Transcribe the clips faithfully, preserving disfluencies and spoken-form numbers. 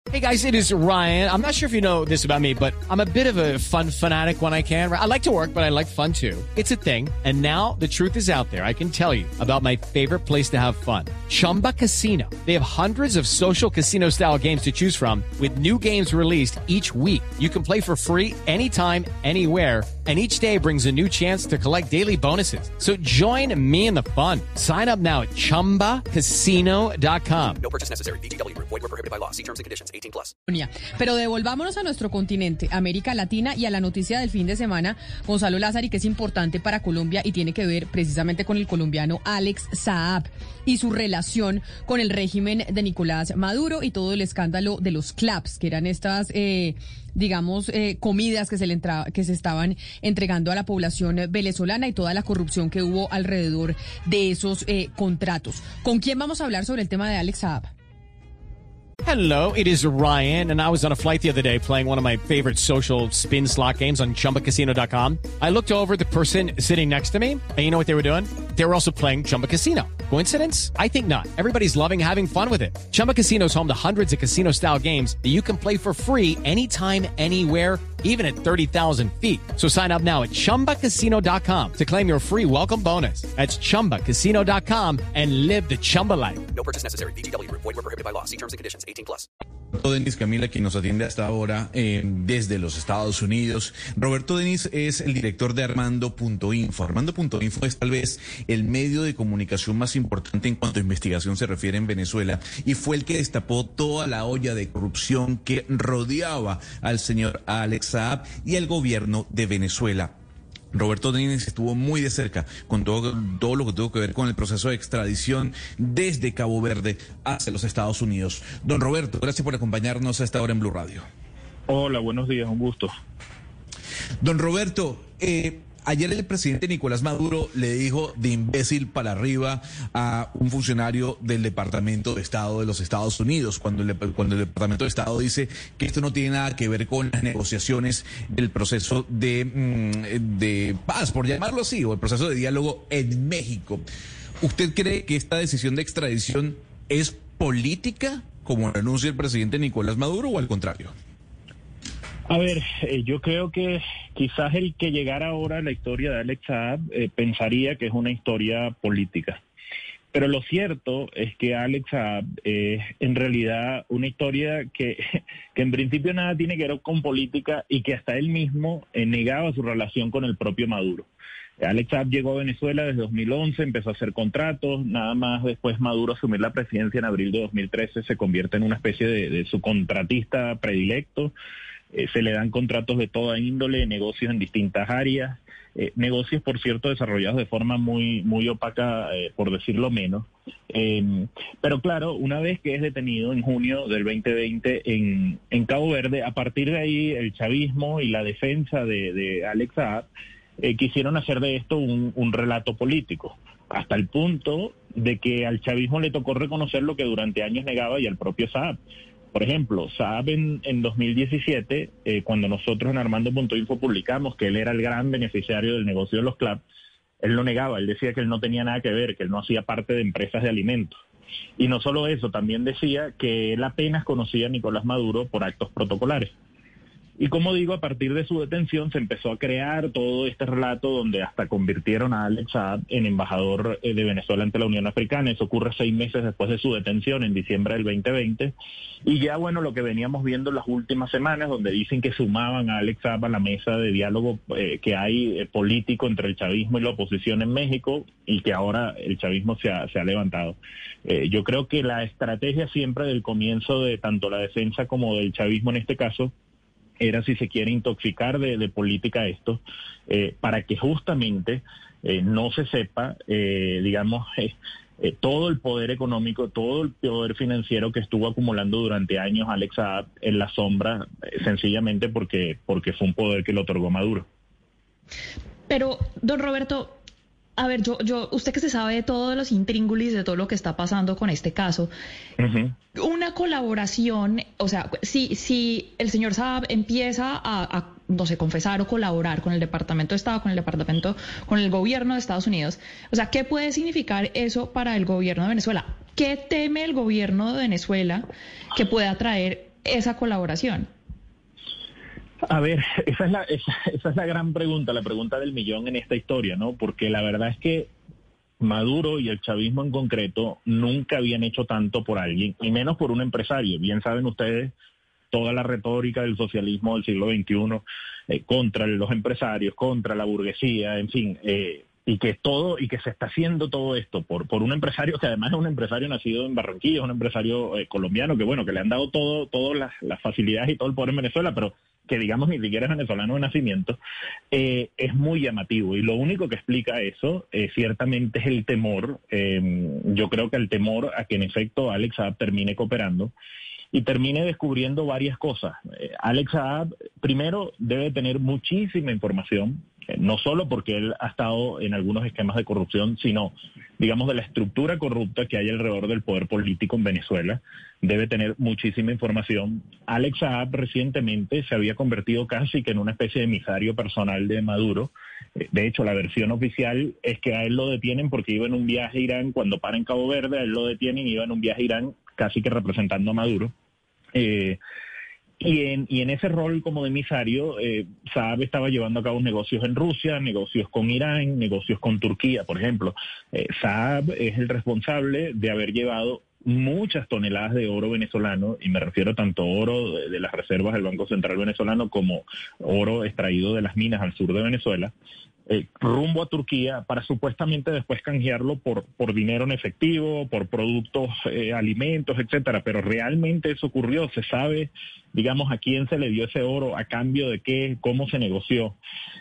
Hey guys, it is Ryan. I'm not sure if you know this about me, but I'm a bit of a fun fanatic when I can. I like to work, but I like fun too. It's a thing. And now the truth is out there. I can tell you about my favorite place to have fun. Chumba Casino. They have hundreds of social casino style games to choose from with new games released each week. You can play for free anytime, anywhere. And each day brings a new chance to collect daily bonuses. So join me in the fun. Sign up now at chumba casino dot com. No purchase necessary. V G W. Void where prohibited by law. See terms and conditions. eighteen plus. Pero devolvámonos a nuestro continente, América Latina, y a la noticia del fin de semana, Gonzalo Lázari, que es importante para Colombia y tiene que ver precisamente con el colombiano Alex Saab y su relación con el régimen de Nicolás Maduro y todo el escándalo de los claps, que eran estas, eh, digamos, eh, comidas que se le entra- que se estaban entregando a la población venezolana y toda la corrupción que hubo alrededor de esos eh, contratos. ¿Con quién vamos a hablar sobre el tema de Alex Saab? Hello, it is Ryan, and I was on a flight the other day playing one of my favorite social spin slot games on chumba casino dot com. I looked over at the person sitting next to me, and you know what they were doing? They were also playing Chumba Casino. Coincidence? I think not. Everybody's loving having fun with it. Chumba Casino is home to hundreds of casino-style games that you can play for free anytime, anywhere, even at thirty thousand feet. So sign up now at chumba casino dot com to claim your free welcome bonus. That's chumba casino dot com and live the Chumba life. No purchase necessary. V G W. Void where prohibited by law. See terms and conditions. eighteen plus. Roberto Denis, Camila, quien nos atiende hasta ahora eh, desde los Estados Unidos. Roberto Denis es el director de Armando punto info. Armando punto info es tal vez el medio de comunicación más importante en cuanto a investigación se refiere en Venezuela y fue el que destapó toda la olla de corrupción que rodeaba al señor Alex Saab y al gobierno de Venezuela. Roberto Denis estuvo muy de cerca con todo, todo lo que tuvo que ver con el proceso de extradición desde Cabo Verde hacia los Estados Unidos. Don Roberto, gracias por acompañarnos a esta hora en Blue Radio. Hola, buenos días, un gusto. Don Roberto, eh, ayer el presidente Nicolás Maduro le dijo de imbécil para arriba a un funcionario del Departamento de Estado de los Estados Unidos, cuando el, cuando el Departamento de Estado dice que esto no tiene nada que ver con las negociaciones del proceso de, de paz, por llamarlo así, o el proceso de diálogo en México. ¿Usted cree que esta decisión de extradición es política, como lo anuncia el presidente Nicolás Maduro, o al contrario? A ver, eh, yo creo que quizás el que llegara ahora a la historia de Alex Saab eh, pensaría que es una historia política. Pero lo cierto es que Alex Saab es en realidad una historia que, que en principio nada tiene que ver con política y que hasta él mismo eh, negaba su relación con el propio Maduro. Alex Saab llegó a Venezuela desde dos mil once, empezó a hacer contratos, nada más después Maduro asumir la presidencia en abril de dos mil trece, se convierte en una especie de, de su contratista predilecto. Eh, se le dan contratos de toda índole, negocios en distintas áreas, eh, negocios, por cierto, desarrollados de forma muy muy opaca, eh, por decirlo menos. Eh, pero claro, una vez que es detenido en junio del veinte veinte en, en Cabo Verde, a partir de ahí el chavismo y la defensa de, de Alex Saab eh, quisieron hacer de esto un, un relato político, hasta el punto de que al chavismo le tocó reconocer lo que durante años negaba y al propio Saab. Por ejemplo, Saab en, en dos mil diecisiete, eh, cuando nosotros en Armando punto info publicamos que él era el gran beneficiario del negocio de los claps, él lo negaba, él decía que él no tenía nada que ver, que él no hacía parte de empresas de alimentos. Y no solo eso, también decía que él apenas conocía a Nicolás Maduro por actos protocolares. Y como digo, a partir de su detención se empezó a crear todo este relato donde hasta convirtieron a Alex Saab en embajador de Venezuela ante la Unión Africana. Eso ocurre seis meses después de su detención, en diciembre del veinte veinte. Y ya, bueno, lo que veníamos viendo en las últimas semanas, donde dicen que sumaban a Alex Saab a la mesa de diálogo eh, que hay eh, político entre el chavismo y la oposición en México, y que ahora el chavismo se ha, se ha levantado. Eh, yo creo que la estrategia siempre del comienzo de tanto la defensa como del chavismo en este caso, era, si se quiere, intoxicar de, de política esto, eh, para que justamente eh, no se sepa, eh, digamos, eh, eh, todo el poder económico, todo el poder financiero que estuvo acumulando durante años Alex Saab en la sombra, eh, sencillamente porque, porque fue un poder que le otorgó Maduro. Pero, don Roberto, a ver, yo, yo, usted que se sabe de todos los intríngulis, de todo lo que está pasando con este caso, uh-huh. Una colaboración, o sea, si, si el señor Saab empieza a, a, no sé, confesar o colaborar con el Departamento de Estado, con el Departamento, con el gobierno de Estados Unidos, o sea, ¿qué puede significar eso para el gobierno de Venezuela? ¿Qué teme el gobierno de Venezuela que pueda traer esa colaboración? A ver, esa es la esa, esa es la gran pregunta, la pregunta del millón en esta historia, ¿no? Porque la verdad es que Maduro y el chavismo en concreto nunca habían hecho tanto por alguien, y menos por un empresario. Bien saben ustedes toda la retórica del socialismo del siglo veintiuno eh, contra los empresarios, contra la burguesía, en fin, eh, y que todo y que se está haciendo todo esto por por un empresario que además es un empresario nacido en Barranquilla, es un empresario eh, colombiano que bueno que le han dado todo todas las, las facilidades y todo el poder en Venezuela, pero que digamos ni siquiera es venezolano de nacimiento, eh, es muy llamativo, y lo único que explica eso eh, ciertamente es el temor. Eh, yo creo que el temor a que en efecto Alex Saab termine cooperando y termine descubriendo varias cosas. Eh, Alex Saab, primero, debe tener muchísima información, eh, no solo porque él ha estado en algunos esquemas de corrupción, sino, digamos, de la estructura corrupta que hay alrededor del poder político en Venezuela. Debe tener muchísima información. Alex Saab recientemente se había convertido casi que en una especie de emisario personal de Maduro. Eh, de hecho, la versión oficial es que a él lo detienen porque iba en un viaje a Irán. Cuando para en Cabo Verde, a él lo detienen y iba en un viaje a Irán casi que representando a Maduro. Eh, y, en, y en ese rol como de emisario, eh, Saab estaba llevando a cabo negocios en Rusia, negocios con Irán, negocios con Turquía, por ejemplo. Eh, Saab es el responsable de haber llevado muchas toneladas de oro venezolano, y me refiero tanto oro de, de las reservas del Banco Central venezolano como oro extraído de las minas al sur de Venezuela, Eh, rumbo a Turquía para supuestamente después canjearlo por por dinero en efectivo, por productos, eh, alimentos, etcétera. Pero realmente eso ocurrió. Se sabe, digamos, a quién se le dio ese oro, a cambio de qué, cómo se negoció.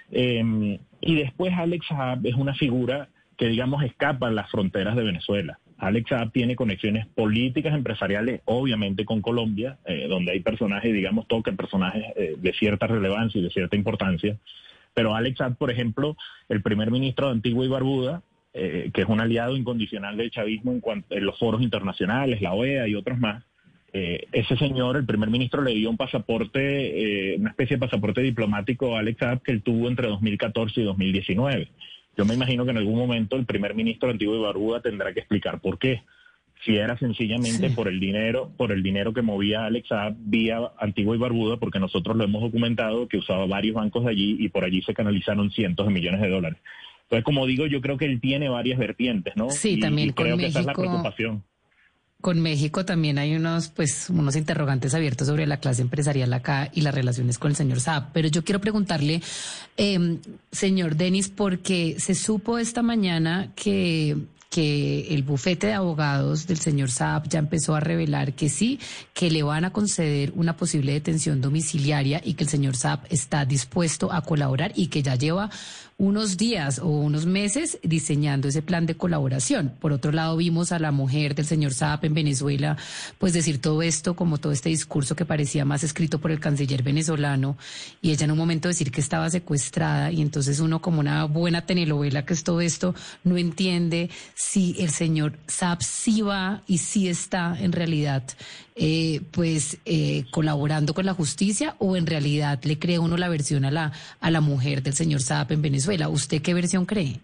Eh, y después Alex Saab es una figura que, digamos, escapa a las fronteras de Venezuela. Alex Saab tiene conexiones políticas, empresariales, obviamente con Colombia, eh, donde hay personajes, digamos, tocan personajes eh, de cierta relevancia y de cierta importancia. Pero Alex Saab, por ejemplo, el primer ministro de Antigua y Barbuda, eh, que es un aliado incondicional del chavismo en, cuanto, en los foros internacionales, la O E A y otros más, eh, ese señor, el primer ministro, le dio un pasaporte, eh, una especie de pasaporte diplomático a Alex Saab que él tuvo entre dos mil catorce y dos mil diecinueve. Yo me imagino que en algún momento el primer ministro de Antigua y Barbuda tendrá que explicar por qué. Si era sencillamente sí. por el dinero, por el dinero que movía Alex Saab vía Antigua y Barbuda, porque nosotros lo hemos documentado, que usaba varios bancos de allí y por allí se canalizaron cientos de millones de dólares. Entonces, como digo, yo creo que él tiene varias vertientes, ¿no? Sí, y, también y con creo México. que esa es la preocupación. Con México también hay unos, pues, unos interrogantes abiertos sobre la clase empresarial acá y las relaciones con el señor Saab. Pero yo quiero preguntarle, eh, señor Denis, porque se supo esta mañana que que el bufete de abogados del señor Saab ya empezó a revelar que sí, que le van a conceder una posible detención domiciliaria y que el señor Saab está dispuesto a colaborar y que ya lleva unos días o unos meses diseñando ese plan de colaboración. Por otro lado, vimos a la mujer del señor Saab en Venezuela, pues decir todo esto, como todo este discurso que parecía más escrito por el canciller venezolano, y ella en un momento decir que estaba secuestrada, y entonces uno, como una buena telenovela que es todo esto, no entiende si el señor Saab sí va y sí está en realidad eh, pues eh, colaborando con la justicia, o en realidad le cree uno la versión a la a la mujer del señor Saab en Venezuela. ¿Usted qué versión cree?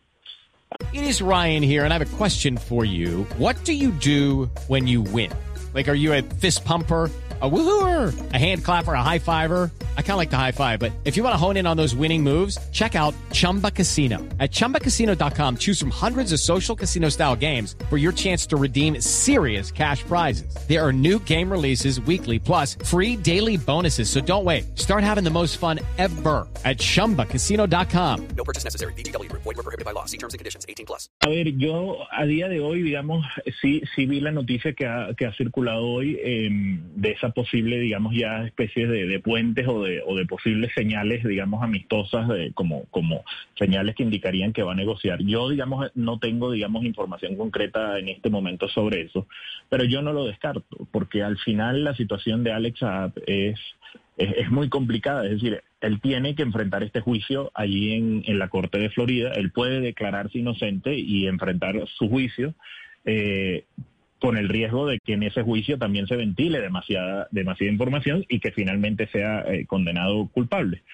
It is Ryan here, and I have a question for you. What do you do when you win? Like, are you a fist pumper, a woohooer, a hand clapper, a high fiver? I kind of like the high five, but if you want to hone in on those winning moves, check out Chumba Casino. At chumba casino dot com, choose from hundreds of social casino style games for your chance to redeem serious cash prizes. There are new game releases weekly, plus free daily bonuses. So don't wait. Start having the most fun ever at chumba casino dot com. No purchase necessary. V G W Group. Void where prohibited by law. See terms and conditions. eighteen plus. A ver, yo a día de hoy, digamos, sí, sí vi la noticia que ha, que ha circulado hoy eh, de esa posible, digamos, ya especie de, de puentes o de, o de posibles señales, digamos, amistosas, de, como, como señales que indicarían que va a negociar. Yo, digamos, no tengo, digamos, información concreta en este momento sobre eso, pero yo no lo descarto, porque al final la situación de Alex Saab es, es, es muy complicada. Es decir, él tiene que enfrentar este juicio allí en, en la Corte de Florida. Él puede declararse inocente y enfrentar su juicio, eh, con el riesgo de que en ese juicio también se ventile demasiada demasiada información y que finalmente sea eh, condenado culpable.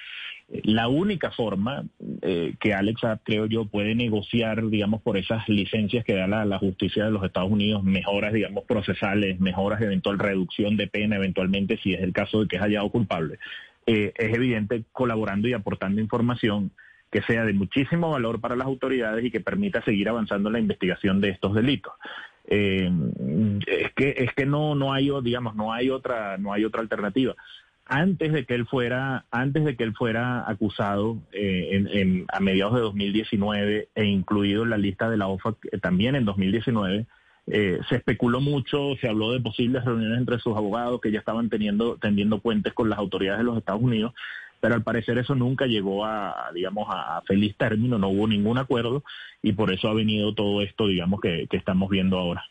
La única forma eh, que Alex Saab, creo yo, puede negociar, digamos, por esas licencias que da la, la justicia de los Estados Unidos, mejoras, digamos, procesales, mejoras, eventual reducción de pena, eventualmente, si es el caso de que es hallado culpable, eh, es evidente colaborando y aportando información que sea de muchísimo valor para las autoridades y que permita seguir avanzando en la investigación de estos delitos. Eh, es que es que no no hay, digamos, no hay otra no hay otra alternativa. Antes de que él fuera antes de que él fuera acusado eh, en, en, a mediados de dos mil diecinueve e incluido en la lista de la O F A C eh, también en dos mil diecinueve, eh, se especuló mucho, se habló de posibles reuniones entre sus abogados que ya estaban teniendo tendiendo puentes con las autoridades de los Estados Unidos, pero al parecer eso nunca llegó a, digamos, a feliz término, no hubo ningún acuerdo y por eso ha venido todo esto, digamos, que, que estamos viendo ahora.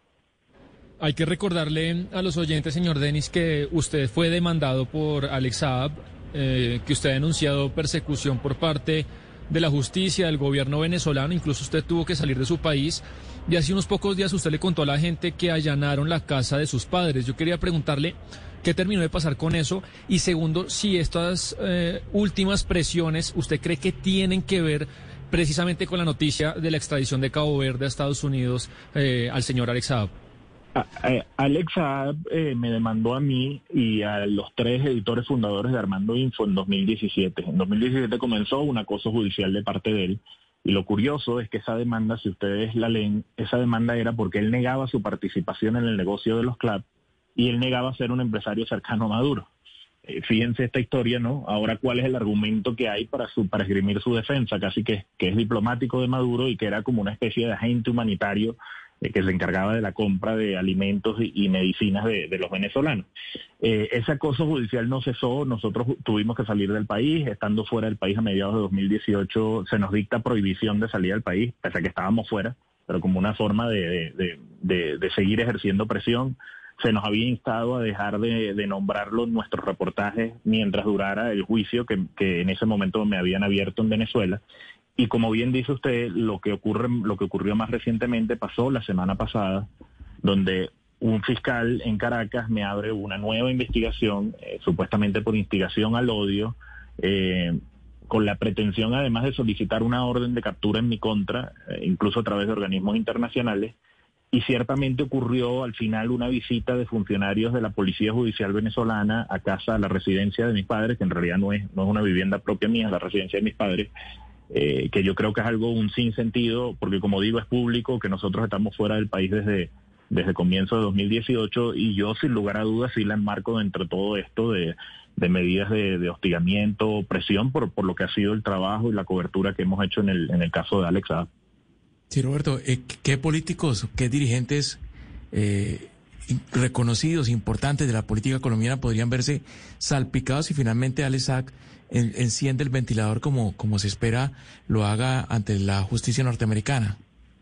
Hay que recordarle a los oyentes, señor Denis, que usted fue demandado por Alex Saab, eh, que usted ha denunciado persecución por parte de la justicia, del gobierno venezolano, incluso usted tuvo que salir de su país, y hace unos pocos días usted le contó a la gente que allanaron la casa de sus padres. Yo quería preguntarle qué terminó de pasar con eso, y segundo, si estas eh, últimas presiones usted cree que tienen que ver precisamente con la noticia de la extradición de Cabo Verde a Estados Unidos eh, al señor Alex Saab. Alex Saab eh, me demandó a mí y a los tres editores fundadores de Armando Info en dos mil diecisiete. En dos mil diecisiete comenzó un acoso judicial de parte de él, y lo curioso es que esa demanda, si ustedes la leen, esa demanda era porque él negaba su participación en el negocio de los C L A P y él negaba ser un empresario cercano a Maduro. Eh, fíjense esta historia, ¿no? Ahora, ¿cuál es el argumento que hay para su para esgrimir su defensa? Casi que, que es diplomático de Maduro y que era como una especie de agente humanitario que se encargaba de la compra de alimentos y, y medicinas de, de los venezolanos. Eh, ese acoso judicial no cesó, nosotros tuvimos que salir del país, estando fuera del país a mediados de dos mil dieciocho se nos dicta prohibición de salir del país, pese a que estábamos fuera, pero como una forma de, de, de, de seguir ejerciendo presión. Se nos había instado a dejar de, de nombrarlo en nuestros reportajes mientras durara el juicio que, que en ese momento me habían abierto en Venezuela. Y como bien dice usted, lo que ocurre, lo que ocurrió más recientemente pasó la semana pasada, donde un fiscal en Caracas me abre una nueva investigación, eh, supuestamente por instigación al odio, eh, con la pretensión además de solicitar una orden de captura en mi contra, eh, incluso a través de organismos internacionales. Y ciertamente ocurrió al final una visita de funcionarios de la Policía Judicial venezolana a casa, a la residencia de mis padres, que en realidad no es, no es una vivienda propia mía, es la residencia de mis padres, eh, que yo creo que es algo un sinsentido, porque como digo, es público que nosotros estamos fuera del país desde, desde comienzo de dos mil dieciocho, y yo sin lugar a dudas sí la enmarco dentro de todo esto de, de medidas de, de hostigamiento, presión por, por lo que ha sido el trabajo y la cobertura que hemos hecho en el, en el caso de Alex Saab. Sí, Roberto, eh, ¿qué políticos, qué dirigentes eh, reconocidos, importantes de la política colombiana podrían verse salpicados si finalmente Alex Saab en, enciende el ventilador como, como se espera lo haga ante la justicia norteamericana?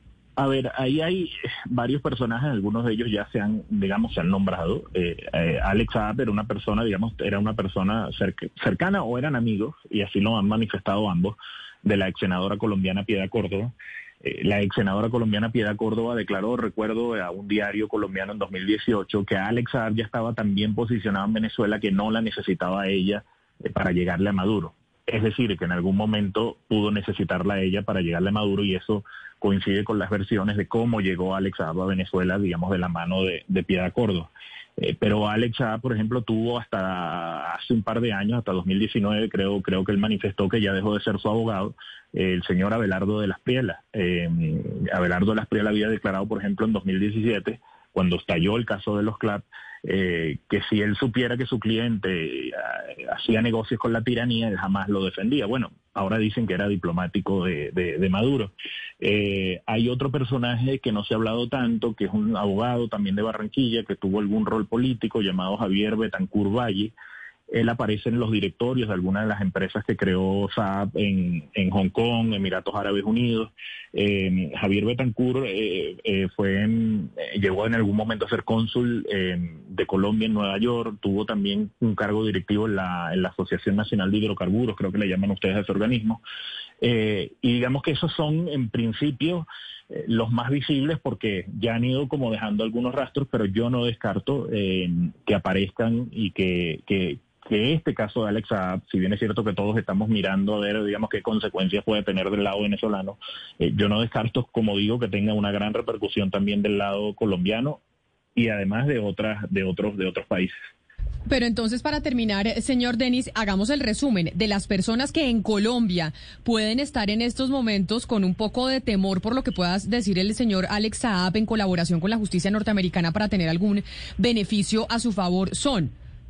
A ver, ahí hay varios personajes, algunos de ellos ya se han, digamos, se han nombrado. Eh, eh, Alex Saab era una persona, digamos, era una persona cerca, cercana o eran amigos, y así lo han manifestado ambos, de la ex senadora colombiana Piedad Córdoba. Eh, la ex senadora colombiana Piedad Córdoba declaró, recuerdo, a un diario colombiano en dos mil dieciocho que Alex Saab ya estaba tan bien posicionado en Venezuela que no la necesitaba a ella eh, para llegarle a Maduro. Es decir, que en algún momento pudo necesitarla a ella para llegarle a Maduro, y eso coincide con las versiones de cómo llegó Alex Saab a Venezuela, digamos, de la mano de, de Piedad Córdoba. Eh, pero Alex Saab, por ejemplo, tuvo hasta hace un par de años, hasta dos mil diecinueve, creo, creo que él manifestó que ya dejó de ser su abogado, eh, el señor Abelardo de las Prielas. Eh, Abelardo de las Prielas había declarado, por ejemplo, en dos mil diecisiete, cuando estalló el caso de los C L A P, eh, que si él supiera que su cliente eh, hacía negocios con la tiranía, él jamás lo defendía. Bueno, ahora dicen que era diplomático de, de, de Maduro. Eh, hay otro personaje que no se ha hablado tanto, que es un abogado también de Barranquilla, que tuvo algún rol político, llamado Javier Betancourt Valle. Él aparece en los directorios de algunas de las empresas que creó Saab en, en Hong Kong, Emiratos Árabes Unidos. Eh, Javier Betancourt eh, eh, fue en, eh, llegó en algún momento a ser cónsul eh, de Colombia en Nueva York. Tuvo también un cargo directivo en la, en la Asociación Nacional de Hidrocarburos, creo que le llaman ustedes a ese organismo. Eh, y digamos que esos son, en principio, eh, los más visibles porque ya han ido como dejando algunos rastros, pero yo no descarto eh, que aparezcan y que, que, que este caso de Alex Saab, si bien es cierto que todos estamos mirando a ver, digamos, qué consecuencias puede tener del lado venezolano, eh, yo no descarto, como digo, que tenga una gran repercusión también del lado colombiano y además de otras, de otros, de otros países. Pero entonces, para terminar, señor Denis, hagamos el resumen de las personas que en Colombia pueden estar en estos momentos con un poco de temor por lo que pueda decir el señor Alex Saab en colaboración con la justicia norteamericana para tener algún beneficio a su favor. Son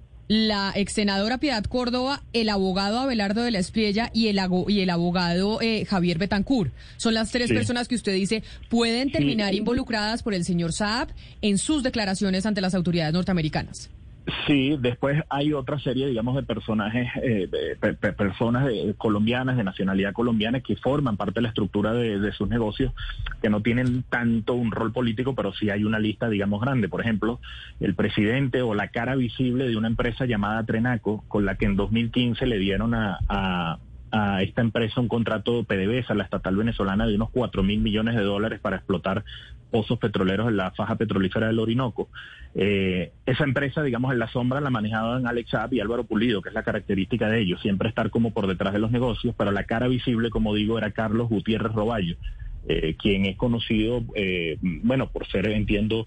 la ex senadora Piedad Córdoba, el abogado Abelardo de la Espriella y el, y el abogado eh, Javier Betancourt. Son las tres sí. personas que usted dice pueden terminar sí. involucradas por el señor Saab en sus declaraciones ante las autoridades norteamericanas. Sí, después hay otra serie, digamos, de personajes, eh, de, pe, pe, personas de, colombianas, de nacionalidad colombiana, que forman parte de la estructura de, de sus negocios, que no tienen tanto un rol político, pero sí hay una lista, digamos, grande. Por ejemplo, el presidente o la cara visible de una empresa llamada Trenaco, con la que en dos mil quince le dieron a, a, a esta empresa un contrato P D V S A, la estatal venezolana, de unos cuatro mil millones de dólares para explotar pozos petroleros en la faja petrolífera del Orinoco. Eh, esa empresa, digamos, en la sombra la manejaban Alex Saab y Álvaro Pulido, que es la característica de ellos, siempre estar como por detrás de los negocios, pero la cara visible, como digo, era Carlos Gutiérrez Roballo, eh, quien es conocido, eh, bueno, por ser, entiendo,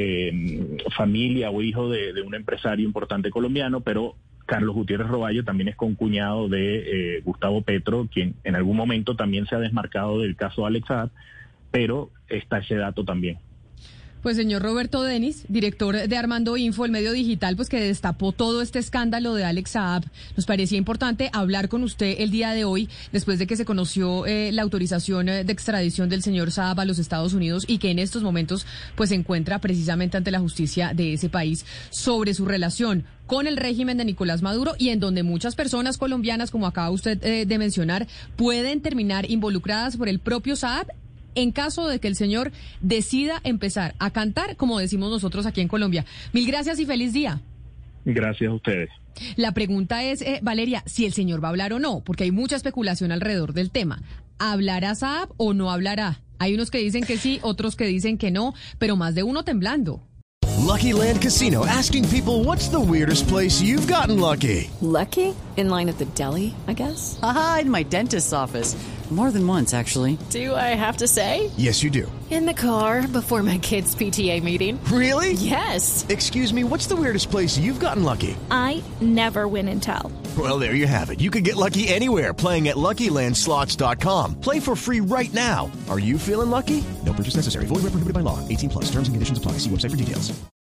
eh, familia o hijo de, de un empresario importante colombiano, pero Carlos Gutiérrez Roballo también es concuñado de eh, Gustavo Petro, quien en algún momento también se ha desmarcado del caso Alex Saab, pero está ese dato también. Pues señor Roberto Denis, director de Armando Info, el medio digital, pues que destapó todo este escándalo de Alex Saab, nos parecía importante hablar con usted el día de hoy, después de que se conoció eh, la autorización de extradición del señor Saab a los Estados Unidos y que en estos momentos pues se encuentra precisamente ante la justicia de ese país sobre su relación con el régimen de Nicolás Maduro y en donde muchas personas colombianas, como acaba usted eh, de mencionar, pueden terminar involucradas por el propio Saab en caso de que el señor decida empezar a cantar, como decimos nosotros aquí en Colombia. Mil gracias y feliz día. Gracias a ustedes. La pregunta es, eh, Valeria, si el señor va a hablar o no, porque hay mucha especulación alrededor del tema. ¿Hablará Saab o no hablará? Hay unos que dicen que sí, otros que dicen que no, pero más de uno temblando. Lucky Land Casino, asking people, what's the weirdest place you've gotten lucky? Lucky? In line at the deli, I guess? Aha, in my dentist's office. More than once, actually. Do I have to say? Yes, you do. In the car before my kids' P T A meeting. Really? Yes. Excuse me, what's the weirdest place you've gotten lucky? I never win and tell. Well, there you have it. You can get lucky anywhere, playing at Lucky Land Slots dot com. Play for free right now. Are you feeling lucky? No purchase necessary. Void where prohibited by law. eighteen plus. Terms and conditions apply. See website for details.